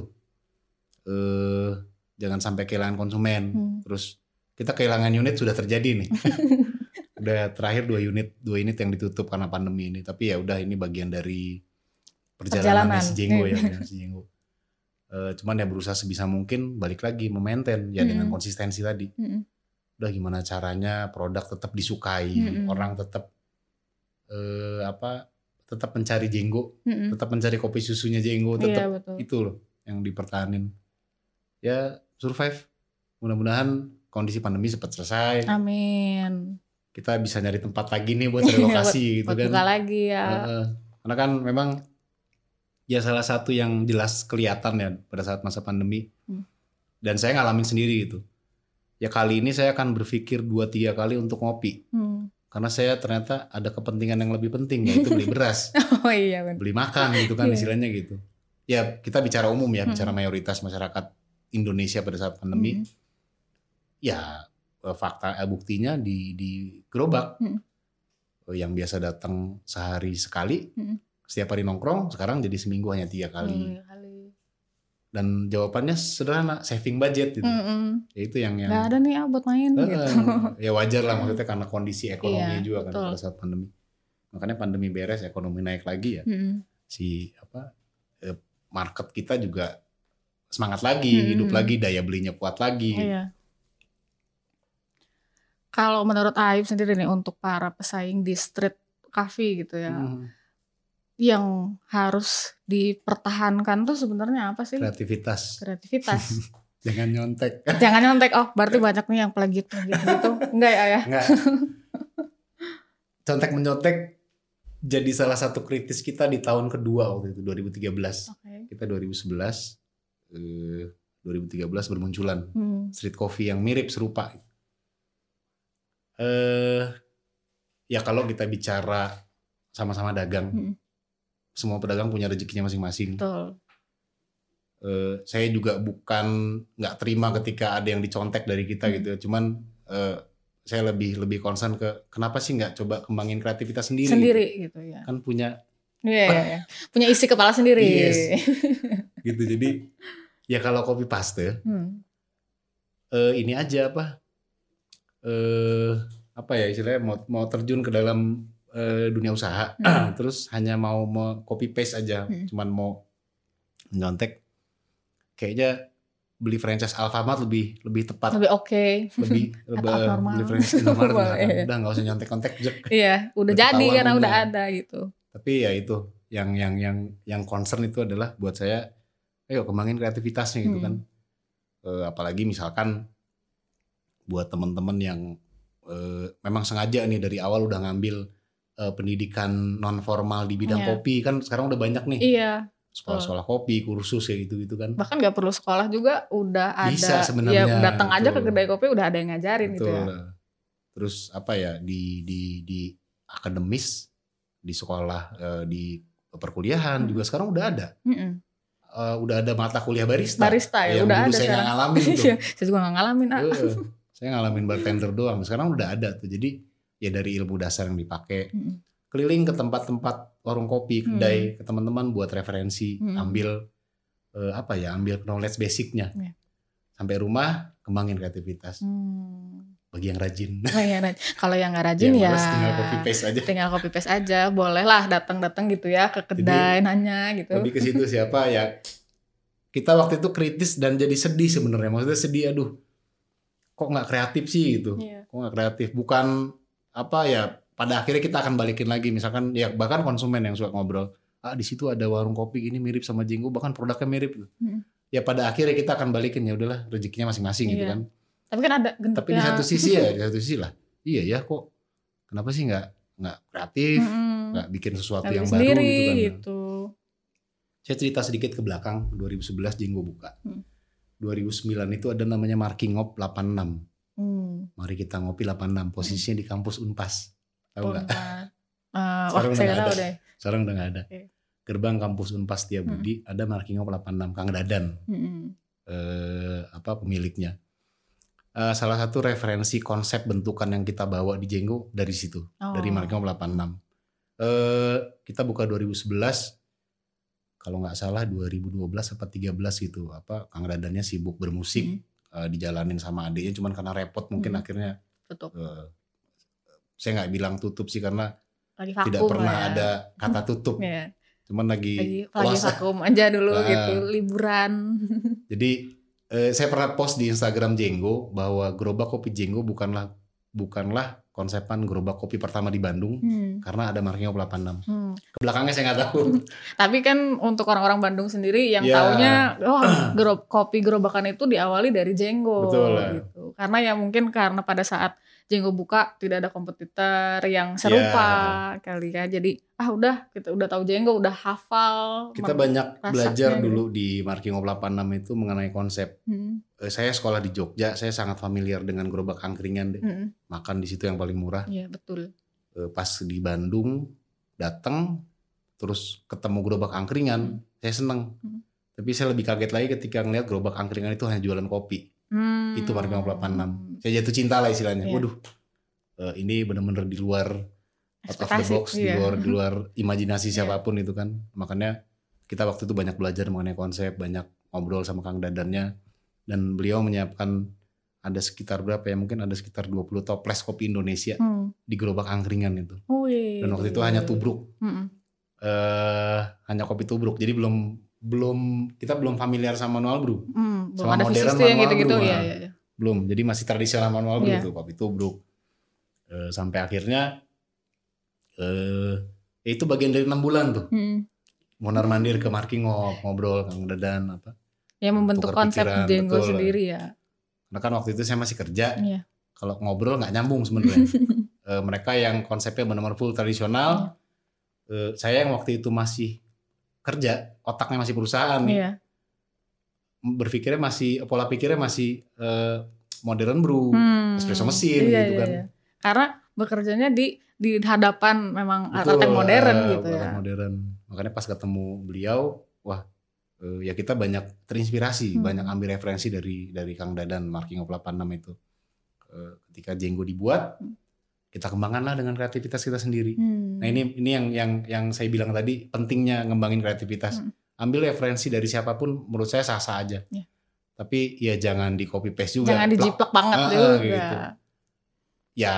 Jangan sampai kehilangan konsumen. Terus kita kehilangan unit sudah terjadi nih. Udah terakhir 2 unit yang ditutup karena pandemi ini. Tapi ya udah, ini bagian dari perjalanan si Jenggo ya, si Jenggo. Cuman ya berusaha sebisa mungkin balik lagi memaintain ya dengan konsistensi tadi. Udah gimana caranya produk tetap disukai, orang tetap tetap mencari Jenggo, tetap mencari kopi susunya Jenggo, tetap itu loh yang dipertahanin. Ya survive. Mudah-mudahan kondisi pandemi cepat selesai. Amin. Kita bisa nyari tempat lagi nih buat relokasi gitu buat kan. Buka lagi ya. Karena kan memang ya salah satu yang jelas kelihatan ya pada saat masa pandemi. Dan saya ngalamin sendiri gitu. Ya kali ini saya akan berpikir 2-3 kali untuk ngopi. Karena saya ternyata ada kepentingan yang lebih penting, yaitu beli beras. Oh iya benar. Beli makan gitu kan istilahnya gitu. Ya kita bicara umum ya, bicara mayoritas masyarakat Indonesia pada saat pandemi. Ya fakta buktinya di gerobak. Yang biasa datang sehari sekali, setiap hari nongkrong, sekarang jadi seminggu hanya 3 kali. Dan jawabannya sederhana, saving budget gitu. Ya itu yang gak ada nih buat main gitu. Ya wajar lah, maksudnya karena kondisi ekonomi juga kan pada saat pandemi. Makanya pandemi beres, ekonomi naik lagi ya. Market kita juga semangat lagi, hidup lagi, daya belinya kuat lagi. Iya. Kalau menurut Aib sendiri nih, untuk para pesaing di street cafe gitu ya, yang harus dipertahankan tuh sebenarnya apa sih? Kreativitas. Jangan nyontek. Jangan nyontek. Oh, berarti banyak nih yang plagiat gitu. Enggak ya? Enggak. Contek menyontek jadi salah satu kritis kita di tahun kedua waktu itu, 2013. Kita 2011, 2013 bermunculan street coffee yang mirip serupa. Ya kalau kita bicara sama-sama dagang, semua pedagang punya rezekinya masing-masing. Betul. Saya juga bukan nggak terima ketika ada yang dicontek dari kita gitu. Cuman saya lebih concern ke kenapa sih nggak coba kembangin kreativitas sendiri gitu ya. Kan punya punya isi kepala sendiri. Yes. Gitu. Jadi ya kalau copy paste ini aja ya istilahnya mau terjun ke dalam dunia usaha terus hanya mau copy paste aja, cuman mau nyontek, kayaknya beli franchise Alfamart lebih tepat, lebih oke, lebih beli franchise Alfamart udah nggak usah nyontek-nyontek. Iya, udah jadi karena udah ada gitu. Tapi ya itu yang concern itu adalah buat saya, ayo kembangin kreativitasnya gitu kan. Apalagi misalkan buat teman-teman yang memang sengaja nih dari awal udah ngambil pendidikan non formal di bidang kopi, kan sekarang udah banyak nih. Iya. Sekolah-sekolah kopi, kursus kayak gitu kan. Bahkan nggak perlu sekolah juga udah ada. Bisa sebenarnya. Ya datang aja ke kedai kopi udah ada yang ngajarin gitu ya. Terus di akademis, di sekolah, di perkuliahan juga sekarang udah ada. udah ada mata kuliah barista. Barista ya, yang udah dulu ada. Saya nggak ngalamin tuh. Saya juga nggak ngalamin. Saya ngalamin bartender doang. Sekarang udah ada tuh. Jadi ya dari ilmu dasar yang dipakai. Keliling ke tempat-tempat warung kopi, kedai, ke teman-teman buat referensi, ambil ambil knowledge basicnya. Sampai rumah kembangin kreativitas. Bagi yang rajin. Kalau yang nggak rajin ya tinggal copy paste aja. Boleh lah datang gitu ya ke kedai. Jadi, nanya gitu. Lebih ke situ siapa ya. Kita waktu itu kritis dan jadi sedih sebenarnya. Maksudnya sedih, aduh kok nggak kreatif sih gitu. Kok nggak kreatif. Bukan pada akhirnya kita akan balikin lagi. Misalkan ya bahkan konsumen yang suka ngobrol. Di situ ada warung kopi gini mirip sama Jenggo. Bahkan produknya mirip. Ya pada akhirnya kita akan balikin, ya udahlah rezekinya masing-masing gitu kan. Tapi kan ada bentuknya. Tapi di satu sisi lah. Iya ya kok kenapa sih nggak kreatif, nggak bikin sesuatu yang baru gitu kan. Gitu. Saya cerita sedikit ke belakang. 2011 Jenggo buka. 2009 itu ada namanya Marking Up 86. Mari kita ngopi 86. Posisinya di kampus Unpas. Tahu nggak? Saya tahu deh. Sekarang udah nggak ada. Okay. Gerbang kampus Unpas Setiabudi ada Marking Up 86 Kang Dadan. Pemiliknya. Salah satu referensi konsep bentukan yang kita bawa di Jenggo dari situ, dari Marking Up 86. Kita buka 2011, kalau nggak salah 2012 apa 13 gitu. Kang Dadannya sibuk bermusik, dijalanin sama adiknya, cuman karena repot mungkin akhirnya tutup. Saya nggak bilang tutup sih karena tidak pernah ada kata tutup. Cuman lagi vakum aja dulu gitu, liburan. Jadi saya pernah post di Instagram Jenggo bahwa gerobak kopi Jenggo bukanlah konsepan gerobak kopi pertama di Bandung karena ada Marking Up 86. Ke belakangnya saya nggak tahu. Tapi kan untuk orang-orang Bandung sendiri yang taunya kopi gerobakan itu diawali dari Jenggo. Betul. Gitu. Karena mungkin karena pada saat Jenggo buka tidak ada kompetitor yang serupa kali ya. Jadi kita udah tahu Jenggo, udah hafal. Kita banyak belajar dulu di Marking Up 86 itu mengenai konsep. Saya sekolah di Jogja, saya sangat familiar dengan gerobak angkringan deh. Makan di situ yang paling murah. Iya, betul. Pas di Bandung datang terus ketemu gerobak angkringan, saya seneng. Tapi saya lebih kaget lagi ketika ngeliat gerobak angkringan itu hanya jualan kopi. Itu Marking Up 86. Saya jatuh cinta lah istilahnya. Waduh, ini benar-benar di luar out of the box, di luar imajinasi siapapun itu kan. Makanya kita waktu itu banyak belajar mengenai konsep, banyak ngobrol sama Kang Dadannya, dan beliau menyiapkan ada sekitar berapa ya, mungkin ada sekitar 20 toples kopi Indonesia di gerobak angkringan itu. Dan waktu itu hanya tubruk, hanya kopi tubruk. Jadi kita belum familiar sama manual brew, sama modern manual brew. Belum, jadi masih tradisional manual brew tuh, kopi tubruk. Sampai akhirnya itu bagian dari 6 bulan tuh. Mondar-mandir ke Marking Up, ngobrol Kang Dadan ya membentuk konsep Jenggo sendiri ya. Karena kan waktu itu saya masih kerja. Kalau ngobrol nggak nyambung sebenarnya. Mereka yang konsepnya benar-benar full tradisional. Saya yang waktu itu masih kerja, otaknya masih perusahaan. Berpikirnya pola pikirnya masih modern brew, espresso mesin gitu kan. Karena bekerjanya di hadapan memang alat yang modern gitu ya. Modern. Makanya pas ketemu beliau, ya kita banyak terinspirasi, banyak ambil referensi dari Kang Dadan Marking Up 86 itu. Ketika Jenggo dibuat, kita kembangkanlah dengan kreativitas kita sendiri. Nah ini yang saya bilang tadi, pentingnya ngembangin kreativitas. Ambil referensi dari siapapun, menurut saya sah-sah aja. Tapi ya jangan di copy paste juga. Jangan dijiplak banget juga. Gitu. Ya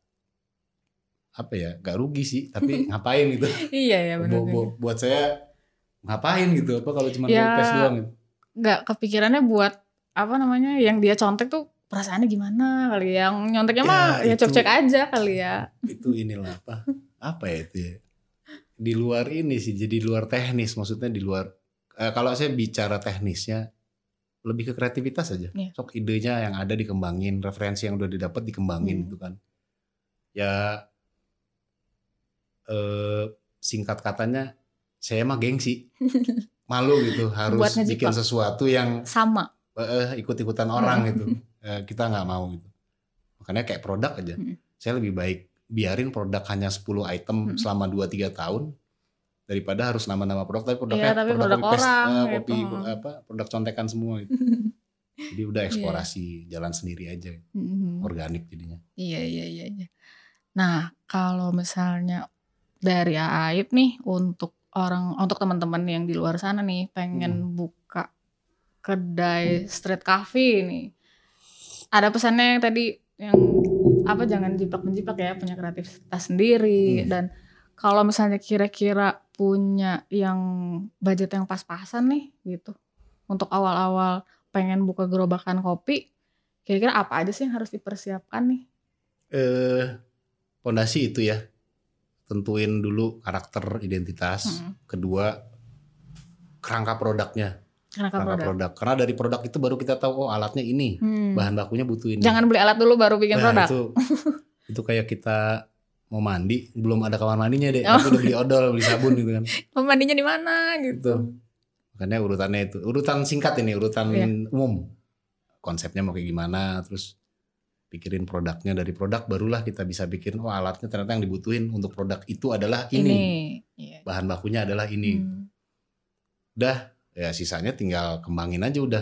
gak rugi sih, tapi ngapain gitu. Iya ya benar. Buat saya ngapain gitu, kalau cuma copy paste doang gitu. Gak kepikirannya buat yang dia contek tuh perasaannya gimana kali, yang nyonteknya mah ya cek aja kali ya. Itu inilah apa ya itu ya. Di luar ini sih, jadi di luar teknis, maksudnya di luar kalau saya bicara teknisnya lebih ke kreativitas aja. Sok idenya yang ada dikembangin, referensi yang udah didapat dikembangin gitu kan. Ya singkat katanya saya mah gengsi. Malu gitu harus bikin sesuatu yang sama. Ikut-ikutan orang gitu. Kita nggak mau gitu. Makanya kayak produk aja. Saya lebih baik biarin produk hanya 10 item selama 2-3 tahun. daripada harus nama-nama produk tapi produknya tapi produk copy paste, orang kopi gitu. produk contekan semua gitu. Jadi udah eksplorasi jalan sendiri aja, organik jadinya. Iya. Nah kalau misalnya dari Aib nih untuk teman-teman yang di luar sana nih pengen buka kedai street cafe nih, ada pesannya yang tadi yang apa, jangan jiplak-menjiplak ya, punya kreativitas sendiri. Dan kalau misalnya kira-kira punya yang budget yang pas-pasan nih gitu untuk awal-awal pengen buka gerobakan kopi, kira-kira apa aja sih yang harus dipersiapkan nih? Fondasi itu ya, tentuin dulu karakter identitas. Kedua, kerangka produknya. Kerangka produk. Karena dari produk itu baru kita tahu alatnya ini, bahan bakunya butuh ini. Jangan beli alat dulu baru bikin produk. Itu kayak kita mau mandi, belum ada kamar mandinya deh, tapi udah beli odol, beli sabun gitu kan. Mandinya di mana gitu. Makanya urutannya itu, urutan singkat ini, urutan umum. Konsepnya mau kayak gimana, terus pikirin produknya, dari produk barulah kita bisa pikirin alatnya ternyata yang dibutuhin untuk produk itu adalah ini. Bahan bakunya adalah ini. Udah, ya sisanya tinggal kembangin aja udah.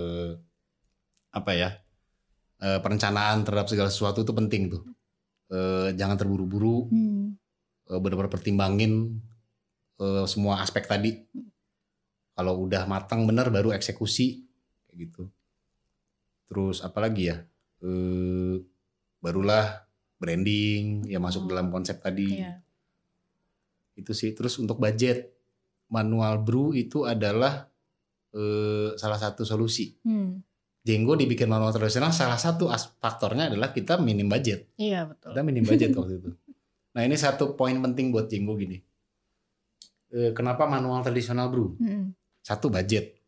Perencanaan terhadap segala sesuatu itu penting tuh. Jangan terburu-buru. Benar-benar pertimbangin semua aspek tadi. Kalau udah matang benar baru eksekusi kayak gitu. Terus apalagi ya? Barulah branding ya masuk dalam konsep tadi. Itu sih. Terus untuk budget, manual brew itu adalah salah satu solusi. Jenggo dibikin manual tradisional, salah satu faktornya adalah kita minim budget. Iya betul. Kita minim budget waktu itu. Nah ini satu poin penting buat Jenggo gini. Kenapa manual tradisional brew? Satu, budget.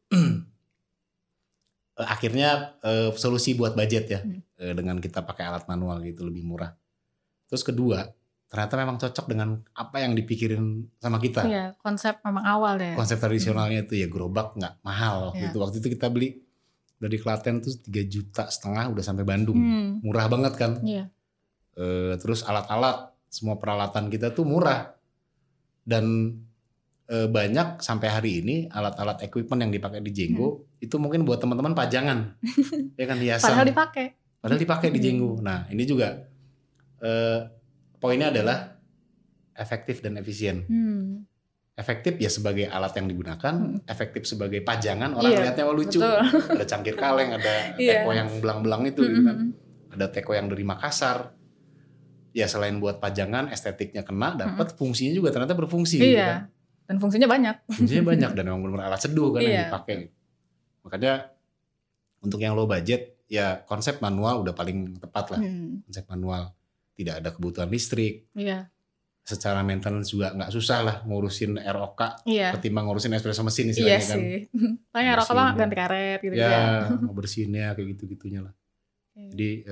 Akhirnya solusi buat budget ya. Dengan kita pakai alat manual gitu lebih murah. Terus kedua, ternyata memang cocok dengan apa yang dipikirin sama kita. Iya, konsep memang awal ya. Konsep tradisionalnya itu ya gerobak nggak mahal waktu itu. Waktu itu kita beli dari Klaten tuh 3,5 juta udah sampai Bandung. Murah banget kan. Terus alat-alat, semua peralatan kita tuh murah. Dan banyak sampai hari ini alat-alat equipment yang dipakai di Jenggo itu mungkin buat teman-teman pajangan. Ya kan, hiasan. Padahal dipakai di Jenggo. Nah, ini juga poinnya adalah efektif dan efisien. Efektif ya sebagai alat yang digunakan, efektif sebagai pajangan, orang lihatnya lucu. Ada cangkir kaleng, ada teko yang belang-belang itu gitu kan. Ada teko yang dari Makassar. Ya selain buat pajangan, estetiknya kena, dapat fungsinya juga ternyata berfungsi gitu kan. Dan fungsinya banyak. Dan memang benar-benar alat seduh kan yang dipakai. Makanya untuk yang low budget ya konsep manual udah paling tepat lah. Konsep manual, tidak ada kebutuhan listrik. Secara maintenance juga nggak susah lah ngurusin ROK ketimbang ngurusin espresso mesin istilahnya kan. Paling ROK mah ganti karet gitu ya. Bersihinnya kayak gitu-gitunya lah. Jadi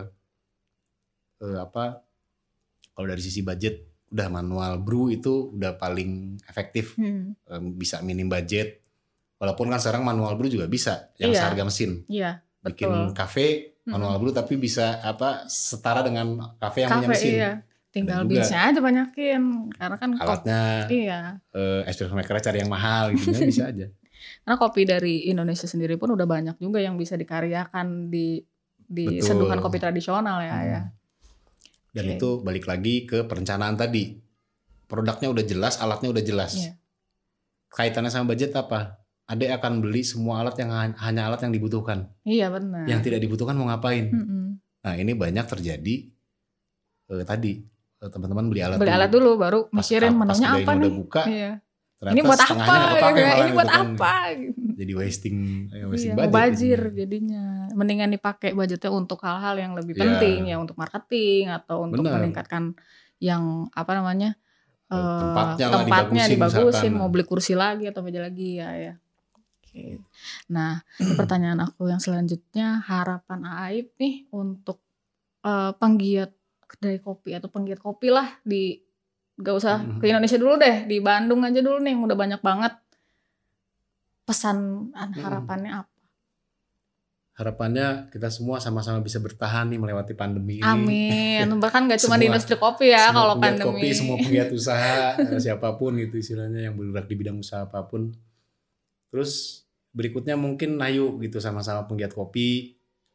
kalau dari sisi budget udah manual brew itu udah paling efektif. Bisa minim budget. Walaupun kan sekarang manual brew juga bisa yang seharga mesin. Bikin kafe manual brew tapi bisa setara dengan kafe yang punya mesin. Tinggal beansnya aja banyakin karena kan alatnya espresso maker cari yang mahal gitu bisa aja. Karena kopi dari Indonesia sendiri pun udah banyak juga yang bisa dikaryakan di senduhan kopi tradisional ya. Dan itu balik lagi ke perencanaan tadi. Produknya udah jelas, alatnya udah jelas. Kaitannya sama budget apa? Adek akan beli semua alat yang hanya alat yang dibutuhkan. Iya benar. Yang tidak dibutuhkan mau ngapain? Nah ini banyak terjadi tadi. Teman-teman beli alat dulu baru mikirin menunya apa nih. Udah buka, ini buat apa? Ini buat apa? Jadi wasting budget. Mubazir jadinya. Mendingan dipakai budgetnya untuk hal-hal yang lebih penting ya, untuk marketing atau untuk meningkatkan yang tempatnya dibagusin, mau beli kursi lagi atau meja lagi ya. Nah, pertanyaan aku yang selanjutnya, harapan Aib nih untuk penggiat kedai kopi atau penggiat kopi lah gak usah ke Indonesia dulu deh, di Bandung aja dulu nih yang udah banyak banget. Pesan harapannya apa? harapannya kita semua sama-sama bisa bertahan nih melewati pandemi ini. Amin. Bahkan gak cuma di industri kopi ya kalau pandemi. Kopi, semua penggiat usaha, siapapun gitu istilahnya yang bergerak di bidang usaha apapun. Terus berikutnya mungkin ayo gitu sama-sama penggiat kopi.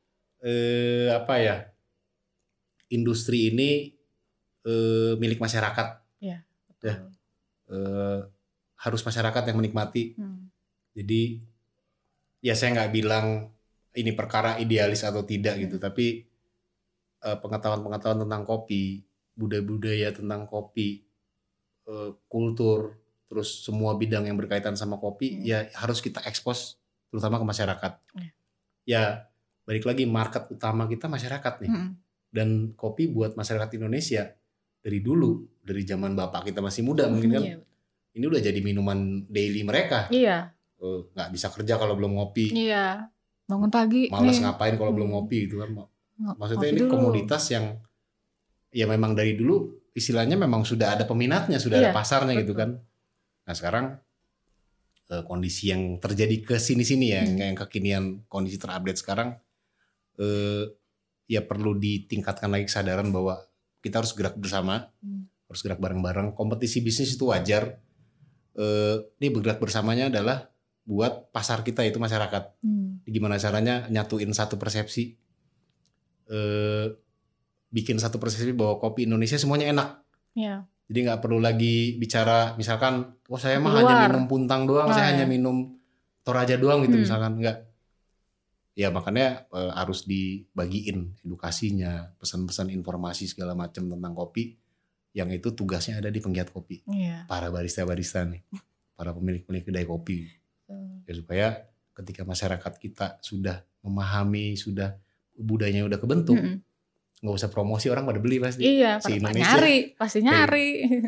Industri ini milik masyarakat. Iya, betul. Ya. Harus masyarakat yang menikmati. Jadi ya saya nggak bilang ini perkara idealis atau tidak gitu, tapi pengetahuan tentang kopi, budaya-budaya tentang kopi, kultur, terus semua bidang yang berkaitan sama kopi ya harus kita ekspos terutama ke masyarakat. Ya balik lagi market utama kita masyarakat nih. Dan kopi buat masyarakat Indonesia dari dulu, dari zaman bapak kita masih muda mungkin kan. Ini udah jadi minuman daily mereka. Iya. Nggak bisa kerja kalau belum ngopi. Iya. Bangun pagi. Malas ngapain kalau belum ngopi gitu kan. Maksudnya ini dulu. Komoditas yang ya memang dari dulu istilahnya memang sudah ada peminatnya, sudah ada pasarnya gitu kan. Nah sekarang kondisi yang terjadi ke sini-sini ya, yang kekinian kondisi terupdate sekarang, ya perlu ditingkatkan lagi kesadaran bahwa kita harus gerak bersama, harus gerak bareng-bareng. Kompetisi bisnis itu wajar. Ini bergerak bersamanya adalah buat pasar kita itu masyarakat. Gimana caranya nyatuin satu persepsi, bikin satu persepsi bahwa kopi Indonesia semuanya enak. Iya. Jadi nggak perlu lagi bicara misalkan, saya mah hanya minum puntang doang, saya hanya minum Toraja doang gitu misalkan, enggak. Ya makanya harus dibagiin edukasinya, pesan-pesan informasi segala macam tentang kopi, yang itu tugasnya ada di penggiat kopi, para barista-barista nih, para pemilik-pemilik kedai kopi. Ya supaya ketika masyarakat kita sudah memahami, sudah budayanya udah kebentuk, nggak usah promosi, orang pada beli pasti. Iya, pasti nyari.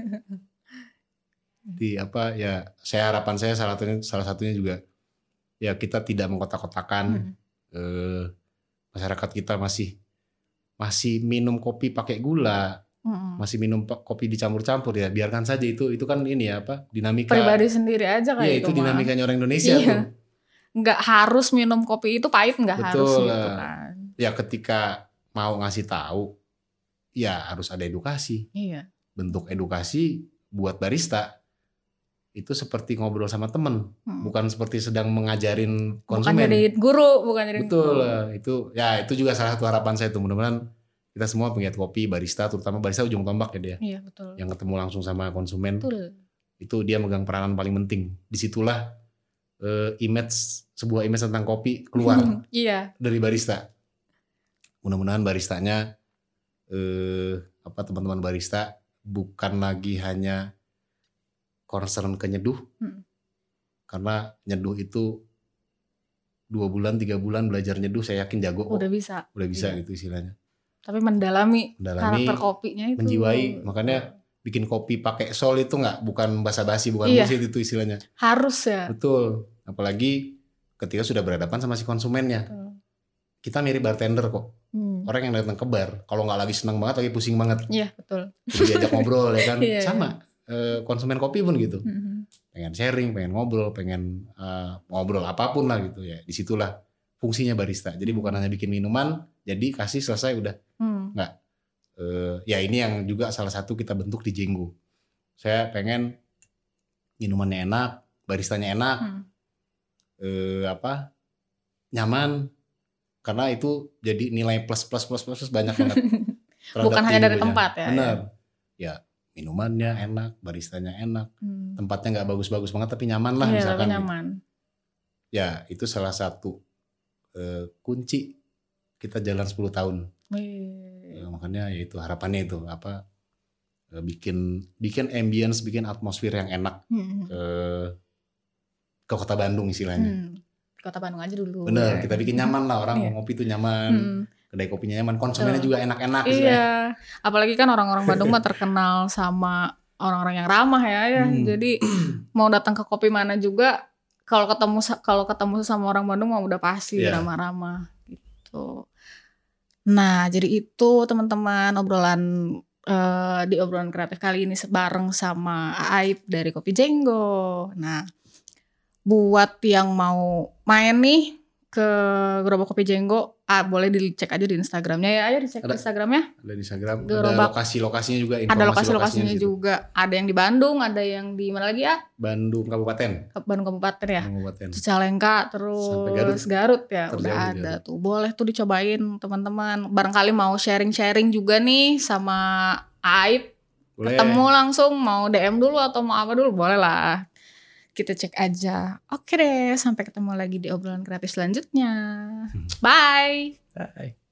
Saya harapan saya salah satunya juga ya kita tidak mengkotak-kotakan. Masyarakat kita masih minum kopi pakai gula, masih minum kopi dicampur-campur ya biarkan saja itu kan ini ya dinamika pribadi sendiri aja kayak itu dinamikanya orang Indonesia tuh. Nggak harus minum kopi itu pahit, nggak harus gitu kan. Ya ketika mau ngasih tahu ya harus ada edukasi. Iya. Bentuk edukasi buat barista itu seperti ngobrol sama temen, bukan seperti sedang mengajarin konsumen. Bukan jadi guru, Betul, itu juga salah satu harapan saya tuh, mudah-mudahan kita semua penggiat kopi, barista, terutama barista ujung tombak ya dia. Iya, betul. Yang ketemu langsung sama konsumen. Betul. Itu dia megang peranan paling penting. Disitulah sebuah image tentang kopi keluar dari barista. Mudah-mudahan baristanya teman-teman barista bukan lagi hanya concern ke nyeduh, karena nyeduh itu 2 bulan 3 bulan belajar nyeduh saya yakin jago kok. Udah bisa gitu istilahnya. Tapi mendalami karakter kopinya itu, menjiwai. Makanya bikin kopi pakai sol itu bukan basa-basi, bukan bullshit itu istilahnya. Harus ya. Betul. Apalagi ketika sudah berhadapan sama si konsumennya. Kita mirip bartender kok. Orang yang datang ke bar kalau nggak lagi senang banget, lagi pusing banget. Iya, betul. Udah diajak ngobrol ya kan. Sama. Konsumen kopi pun gitu, pengen sharing, pengen ngobrol, pengen ngobrol apapun lah gitu ya. Disitulah fungsinya barista. Jadi bukan hanya bikin minuman, jadi kasih selesai udah, nggak. Ya ini yang juga salah satu kita bentuk di Jenggo. Saya pengen minumannya enak, baristanya enak, nyaman, karena itu jadi nilai plus banyak banget. Bukan hanya dari tempat ya. Benar. Ya. Minumannya enak, baristanya enak, tempatnya nggak bagus-bagus banget tapi nyaman lah misalkan. Nyaman. Ya itu salah satu kunci kita jalan 10 tahun. Makanya ya itu harapannya itu bikin ambience, bikin atmosfer yang enak ke Kota Bandung istilahnya. Kota Bandung aja dulu. Bener, kita bikin nyaman lah, orang mau ngopi tuh nyaman. Kedai kopinya nyaman, konsumennya juga enak-enak. Iya, apalagi kan orang-orang Bandung mah terkenal sama orang-orang yang ramah ya. Jadi mau datang ke kopi mana juga, kalau ketemu sama orang Bandung mah udah pasti ramah-ramah gitu. Nah, jadi itu teman-teman obrolan di obrolan kreatif kali ini bareng sama Aib dari Kopi Jenggo. Nah, buat yang mau main nih ke Gerobak Kopi Jenggo, boleh dicek aja di Instagramnya ya. Ayo dicek Instagramnya. Ada di Instagram. Gerobak. Ada lokasinya juga. Ada lokasinya juga. Ada yang di Bandung, ada yang di mana lagi ya? Bandung Kabupaten. Bandung Kabupaten ya. Kabupaten. Cicalengka terus Garut ya. Udah ada tuh. Boleh tuh dicobain teman-teman. Barangkali mau sharing-sharing juga nih sama Aib. Boleh. Ketemu langsung, mau DM dulu atau mau apa dulu, boleh lah. Kita cek aja. Oke deh, sampai ketemu lagi di obrolan kreatif selanjutnya. Bye. Bye.